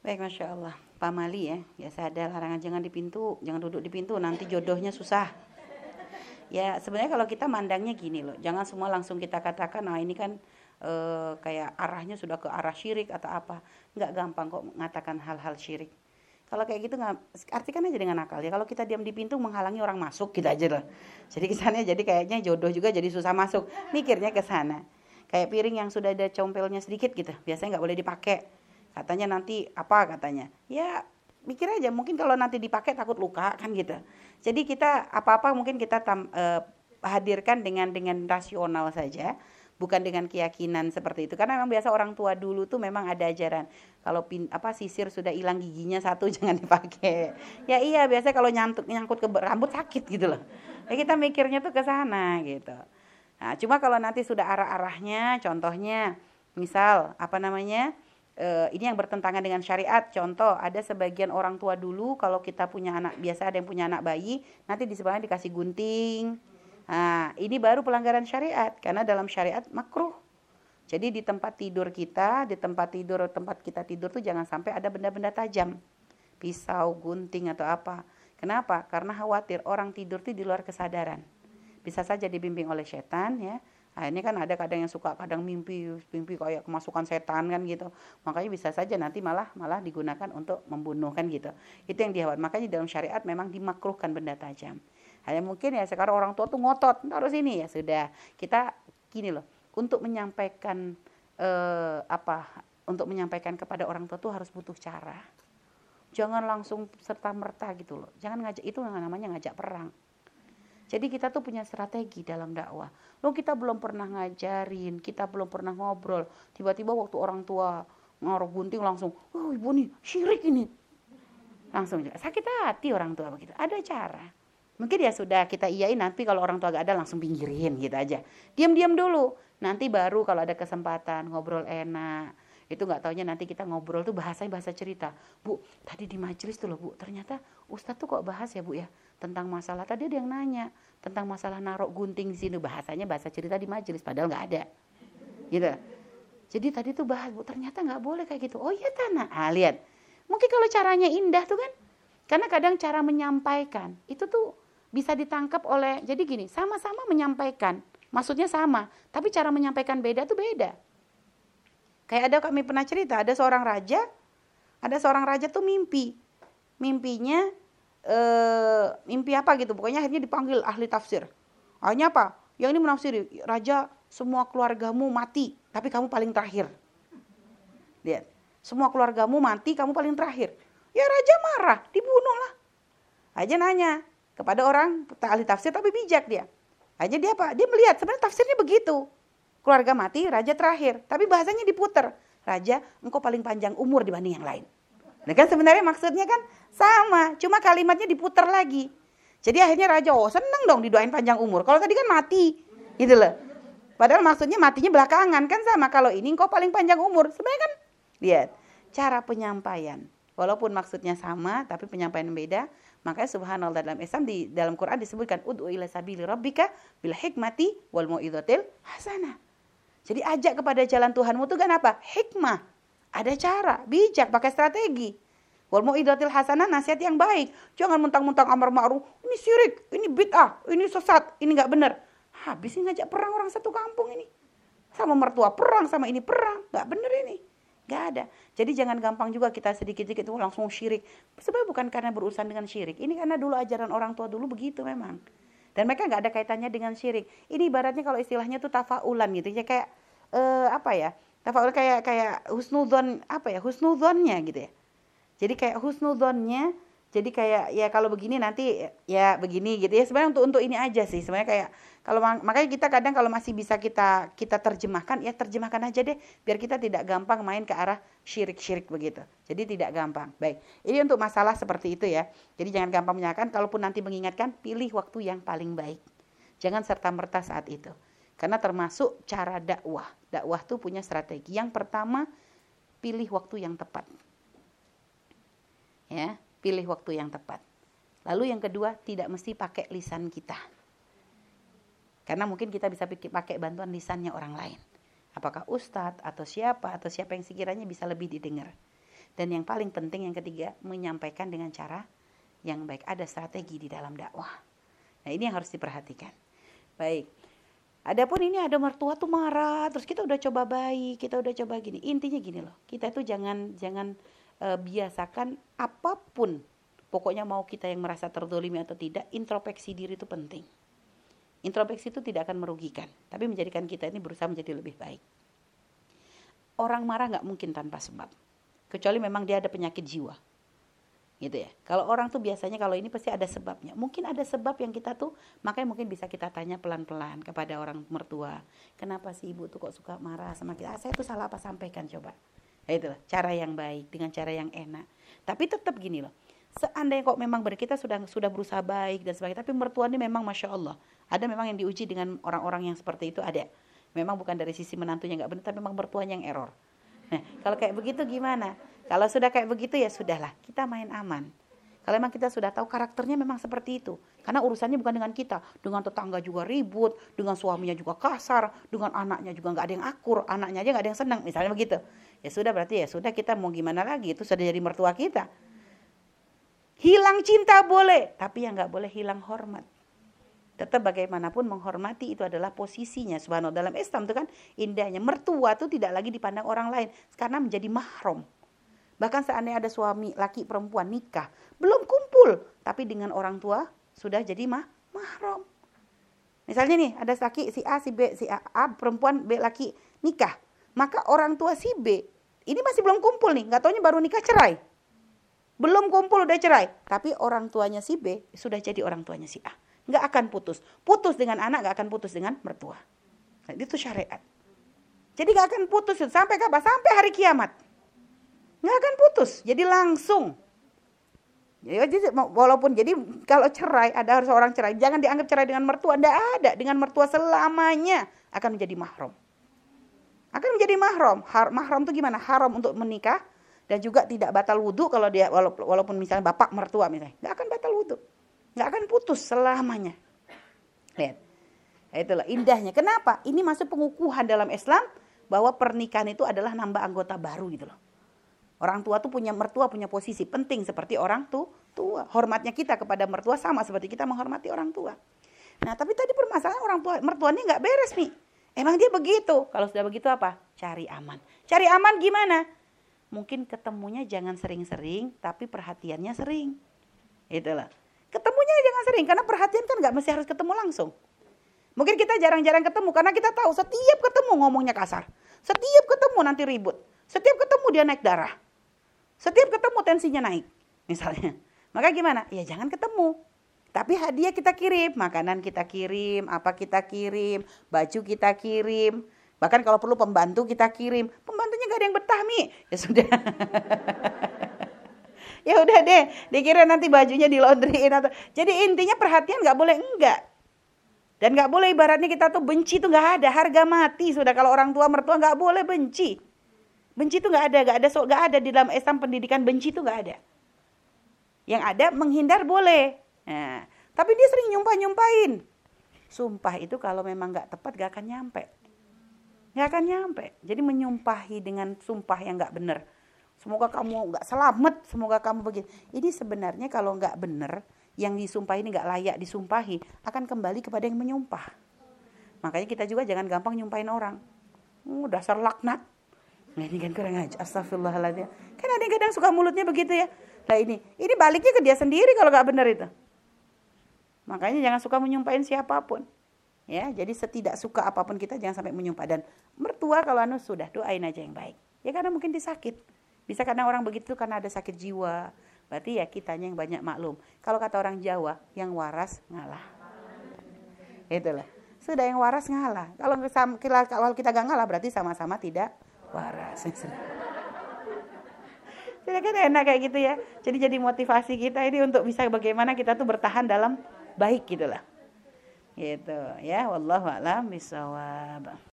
Baik, Masya Allah. Pak Mali ya, biasa ada larangan jangan di pintu, jangan duduk di pintu, nanti jodohnya susah. Ya, sebenarnya kalau kita mandangnya gini loh, jangan semua langsung kita katakan, nah ini kan kayak arahnya sudah ke arah syirik atau apa. Nggak gampang kok mengatakan hal-hal syirik. Kalau kayak gitu nggak, artikan aja dengan akal ya. Kalau kita diam di pintu menghalangi orang masuk, kita aja lah. Jadi kesannya jadi kayaknya jodoh juga jadi susah masuk. Mikirnya ke sana. Kayak piring yang sudah ada compelnya sedikit gitu, biasanya nggak boleh dipakai. Katanya nanti apa katanya? Ya mikir aja mungkin kalau nanti dipakai takut luka kan gitu. Jadi kita apa-apa mungkin kita hadirkan dengan rasional saja, bukan dengan keyakinan seperti itu. Karena memang biasa orang tua dulu tuh memang ada ajaran kalau sisir sudah hilang giginya satu jangan dipakai. Ya iya biasanya kalau nyangkut ke rambut sakit gitu loh. Ya kita mikirnya tuh ke sana gitu. Nah, cuma kalau nanti sudah arah-arahnya, contohnya, misal apa namanya, ini yang bertentangan dengan syariat. Contoh, ada sebagian orang tua dulu kalau kita punya anak, biasa ada yang punya anak bayi, nanti di sebelahnya dikasih gunting. Nah, ini baru pelanggaran syariat karena dalam syariat makruh. Jadi di tempat tidur kita, di tempat kita tidur tuh jangan sampai ada benda-benda tajam, pisau, gunting atau apa. Kenapa? Karena khawatir orang tidur tuh di luar kesadaran, bisa saja dibimbing oleh setan ya. Nah, ini kan ada kadang yang suka kadang mimpi mimpi kayak kemasukan setan kan gitu. Makanya bisa saja nanti malah malah digunakan untuk membunuh kan gitu. Itu yang dikhawatirkan. Makanya dalam syariat memang dimakruhkan benda tajam. Hanya mungkin ya sekarang orang tua tuh ngotot taruh sini ya sudah. Kita gini loh, untuk menyampaikan apa untuk menyampaikan kepada orang tua tuh harus butuh cara. Jangan langsung serta merta gitu loh. Jangan ngajak, itu namanya ngajak perang. Jadi kita tuh punya strategi dalam dakwah. Loh kita belum pernah ngajarin, kita belum pernah ngobrol. Tiba-tiba waktu orang tua ngaruh gunting langsung, oh ibu nih syirik ini. Langsung sakit hati orang tua begitu. Ada cara. Mungkin ya sudah kita iyain, nanti kalau orang tua gak ada langsung pinggirin gitu aja. Diam-diam dulu. Nanti baru kalau ada kesempatan ngobrol enak. Itu nggak taunya nanti kita ngobrol tuh bahasanya bahasa cerita. Bu, tadi di majelis tuh loh Bu, ternyata Ustadz tuh kok bahas ya Bu ya tentang masalah, tadi ada yang nanya tentang masalah narok gunting di sini, bahasanya bahasa cerita di majelis padahal nggak ada. Gitu. Jadi tadi tuh bahas Bu, ternyata nggak boleh kayak gitu. Oh iya tanah. Ah lihat. Mungkin kalau caranya indah tuh kan. Karena kadang cara menyampaikan itu tuh bisa ditangkap oleh, jadi gini, sama-sama menyampaikan. Maksudnya sama, tapi cara menyampaikan beda tuh beda. Kayak ada kami pernah cerita, ada seorang raja tuh mimpi. Mimpinya mimpi apa gitu, pokoknya akhirnya dipanggil ahli tafsir. Akhirnya apa? Yang ini menafsiri, raja semua keluargamu mati, tapi kamu paling terakhir. Lihat, semua keluargamu mati, kamu paling terakhir. Ya raja marah, dibunuh lah. Aja nanya kepada orang ahli tafsir tapi bijak dia. Aja dia apa? Dia melihat sebenarnya tafsirnya begitu. Keluarga mati, raja terakhir. Tapi bahasanya diputer. Raja, engkau paling panjang umur dibanding yang lain. Nah kan sebenarnya maksudnya kan sama. Cuma kalimatnya diputer lagi. Jadi akhirnya raja, oh seneng dong didoain panjang umur. Kalau tadi kan mati. Gitu loh. Padahal maksudnya matinya belakangan. Kan sama. Kalau ini engkau paling panjang umur. Sebenarnya kan, lihat. Cara penyampaian. Walaupun maksudnya sama, tapi penyampaian beda. Makanya subhanallah dalam Islam, di dalam Quran disebutkan ud'u ila sabili rabbika bil hikmati wal mau'izatil hasanah. Jadi ajak kepada jalan Tuhanmu itu kan apa? Hikmah. Ada cara, bijak, pakai strategi. Wal mau'izatil hasanah, nasihat yang baik. Jangan mentang-mentang amar ma'ruf, ini syirik, ini bid'ah, ini sesat, ini enggak benar. Habis ini ngajak perang orang satu kampung ini. Sama mertua perang, sama ini perang, enggak benar ini. Enggak ada. Jadi jangan gampang juga kita sedikit-sedikit itu langsung syirik. Sebenarnya bukan karena berurusan dengan syirik. Ini karena dulu ajaran orang tua dulu begitu memang. Dan mereka nggak ada kaitannya dengan syirik. Ini ibaratnya kalau istilahnya tuh tafaulan gitu ya, kayak apa ya? Tafaul kayak husnudzon, apa ya? Husnudzonnya gitu ya. Jadi kayak husnudzonnya, jadi kayak ya kalau begini nanti ya begini gitu ya. Sebenarnya untuk ini aja sih. Sebenarnya kayak kalau makanya kita kadang kalau masih bisa kita terjemahkan, ya terjemahkan aja deh biar kita tidak gampang main ke arah syirik-syirik begitu. Jadi tidak gampang. Baik. Ini untuk masalah seperti itu ya. Jadi jangan gampang menyalahkan, kalaupun nanti mengingatkan, pilih waktu yang paling baik. Jangan serta-merta saat itu. Karena termasuk cara dakwah. Dakwah tuh punya strategi. Yang pertama, pilih waktu yang tepat. Ya, pilih waktu yang tepat. Lalu yang kedua, tidak mesti pakai lisan kita. Karena mungkin kita bisa pakai bantuan lisannya orang lain. Apakah ustadz atau siapa yang sekiranya bisa lebih didengar. Dan yang paling penting yang ketiga, menyampaikan dengan cara yang baik. Ada strategi di dalam dakwah. Nah, ini yang harus diperhatikan. Baik. Adapun ini ada mertua tuh marah, terus kita udah coba baik, kita udah coba gini. Intinya gini loh, kita tuh jangan biasakan apapun. Pokoknya mau kita yang merasa terzolimi atau tidak, introspeksi diri itu penting. Introspeksi itu tidak akan merugikan, tapi menjadikan kita ini berusaha menjadi lebih baik. Orang marah nggak mungkin tanpa sebab, kecuali memang dia ada penyakit jiwa. Gitu ya. Kalau orang tuh biasanya kalau ini pasti ada sebabnya. Mungkin ada sebab yang kita tuh, makanya mungkin bisa kita tanya pelan-pelan kepada orang mertua. Kenapa sih ibu tuh kok suka marah sama kita? Saya tuh salah apa, sampaikan coba. Ya itulah, cara yang baik, dengan cara yang enak. Tapi tetap gini loh, seandainya kok memang kita sudah berusaha baik dan sebagainya, tapi mertua ini memang Masya Allah. Ada memang yang diuji dengan orang-orang yang seperti itu, ada. Memang bukan dari sisi menantunya nggak benar, tapi memang mertuanya yang error. Nah, kalau kayak begitu gimana? Kalau sudah kayak begitu ya sudahlah, kita main aman. Kalau memang kita sudah tahu karakternya memang seperti itu. Karena urusannya bukan dengan kita. Dengan tetangga juga ribut, dengan suaminya juga kasar, dengan anaknya juga nggak ada yang akur, anaknya aja nggak ada yang senang, misalnya begitu. Ya sudah, berarti ya sudah, kita mau gimana lagi, itu sudah jadi mertua kita. Hilang cinta boleh, tapi yang nggak boleh hilang hormat. Tetap bagaimanapun menghormati itu adalah posisinya. Subhanallah, dalam Islam itu kan indahnya. Mertua itu tidak lagi dipandang orang lain, karena menjadi mahram. Bahkan seandainya ada suami, laki, perempuan nikah, belum kumpul, tapi dengan orang tua sudah jadi mahram. Misalnya nih, ada laki, si A, si B, si A, perempuan, B, laki, nikah. Maka orang tua si B, ini masih belum kumpul nih, nggak taunya baru nikah cerai. Belum kumpul udah cerai, tapi orang tuanya si B sudah jadi orang tuanya si A. Nggak akan putus. Putus dengan anak, nggak akan putus dengan mertua. Nah, itu syariat. Jadi nggak akan putus, sampai kapan? Sampai hari kiamat. Nggak akan putus, jadi langsung. Jadi walaupun jadi kalau cerai, ada seorang cerai, jangan dianggap cerai dengan mertua, nggak ada. Dengan mertua selamanya akan menjadi mahram. Akan menjadi mahram. Mahram itu gimana? Haram untuk menikah dan juga tidak batal wudhu kalau dia walaupun misalnya bapak mertua misalnya, nggak akan batal wudhu, nggak akan putus selamanya. Lihat, itulah indahnya. Kenapa? Ini masuk pengukuhan dalam Islam bahwa pernikahan itu adalah nambah anggota baru gitu loh. Orang tua tuh mertua punya posisi penting seperti orang tua. Hormatnya kita kepada mertua sama seperti kita menghormati orang tua. Nah, tapi tadi permasalahan orang tua, mertuanya nggak beres nih. Emang dia begitu? Kalau sudah begitu apa? Cari aman. Cari aman gimana? Mungkin ketemunya jangan sering-sering, tapi perhatiannya sering. Itulah. Ketemunya jangan sering, karena perhatian kan nggak mesti harus ketemu langsung. Mungkin kita jarang-jarang ketemu, karena kita tahu setiap ketemu ngomongnya kasar. Setiap ketemu nanti ribut. Setiap ketemu dia naik darah. Setiap ketemu tensinya naik, misalnya. Maka gimana? Ya jangan ketemu. Tapi hadiah kita kirim, makanan kita kirim, apa kita kirim, baju kita kirim. Bahkan kalau perlu pembantu kita kirim. Pembantunya gak ada yang betah, Mi. Ya sudah. Ya udah deh, dikira nanti bajunya di laundryin atau. Jadi intinya perhatian gak boleh enggak. Dan gak boleh ibaratnya kita tuh benci tuh gak ada, harga mati sudah. Kalau orang tua mertua gak boleh benci. Benci itu gak ada di dalam Islam, pendidikan benci itu gak ada. Yang ada menghindar boleh. Nah, tapi dia sering nyumpahin. Sumpah itu kalau memang gak tepat gak akan nyampe. Gak akan nyampe. Jadi menyumpahi dengan sumpah yang gak benar. Semoga kamu gak selamat, semoga kamu begini. Ini sebenarnya kalau gak benar, yang disumpahi ini gak layak disumpahi, akan kembali kepada yang menyumpah. Makanya kita juga jangan gampang nyumpahin orang. Dasar laknat. Nah, ini kan kurang aja, astagfirullahaladzim. Kan ada yang kadang suka mulutnya begitu ya. Nah ini baliknya ke dia sendiri kalau gak benar itu. Makanya jangan suka menyumpahin siapapun. Ya, jadi setidak suka apapun kita jangan sampai menyumpah. Dan mertua kalau sudah doain aja yang baik. Ya karena mungkin disakit. Bisa karena orang begitu karena ada sakit jiwa. Berarti ya kitanya yang banyak maklum. Kalau kata orang Jawa, yang waras ngalah. Itulah. Sudah yang waras ngalah. Kalau kita gak ngalah berarti sama-sama tidak waras. Jadi kan enak kayak gitu ya. Jadi motivasi kita ini untuk bisa bagaimana kita tuh bertahan dalam baik gitulah. Gitu ya, wallahu a'lam bishawab.